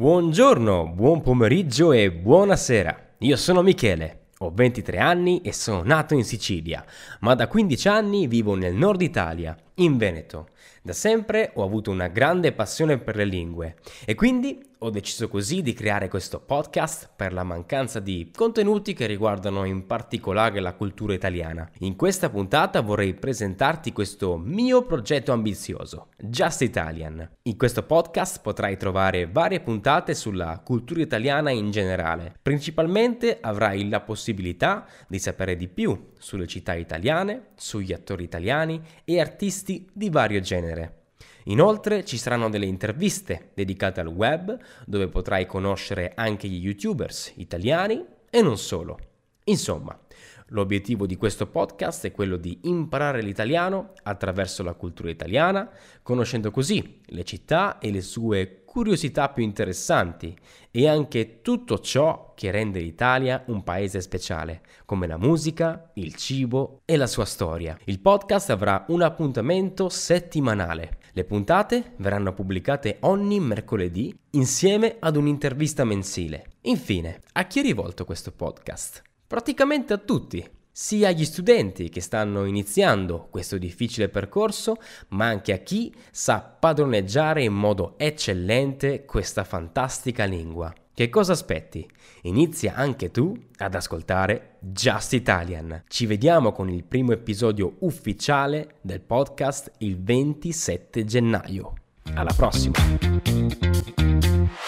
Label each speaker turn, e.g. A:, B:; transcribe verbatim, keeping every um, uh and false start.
A: Buongiorno, buon pomeriggio e buonasera. Io sono Michele, ho ventitré anni e sono nato in Sicilia, ma da quindici anni vivo nel nord Italia, in Veneto. Da sempre ho avuto una grande passione per le lingue e quindi ho deciso così di creare questo podcast per la mancanza di contenuti che riguardano in particolare la cultura italiana. In questa puntata vorrei presentarti questo mio progetto ambizioso, Just Italian. In questo podcast potrai trovare varie puntate sulla cultura italiana in generale. Principalmente avrai la possibilità di sapere di più sulle città italiane, sugli attori italiani e artisti di vario genere. Inoltre ci saranno delle interviste dedicate al web dove potrai conoscere anche gli YouTubers italiani e non solo. Insomma, l'obiettivo di questo podcast è quello di imparare l'italiano attraverso la cultura italiana, conoscendo così le città e le sue curiosità più interessanti e anche tutto ciò che rende l'Italia un paese speciale, come la musica, il cibo e la sua storia. Il podcast avrà un appuntamento settimanale. Le puntate verranno pubblicate ogni mercoledì insieme ad un'intervista mensile. Infine, a chi è rivolto questo podcast? Praticamente a tutti, sia agli studenti che stanno iniziando questo difficile percorso, ma anche a chi sa padroneggiare in modo eccellente questa fantastica lingua. Che cosa aspetti? Inizia anche tu ad ascoltare Just Italian. Ci vediamo con il primo episodio ufficiale del podcast il ventisette gennaio. Alla prossima!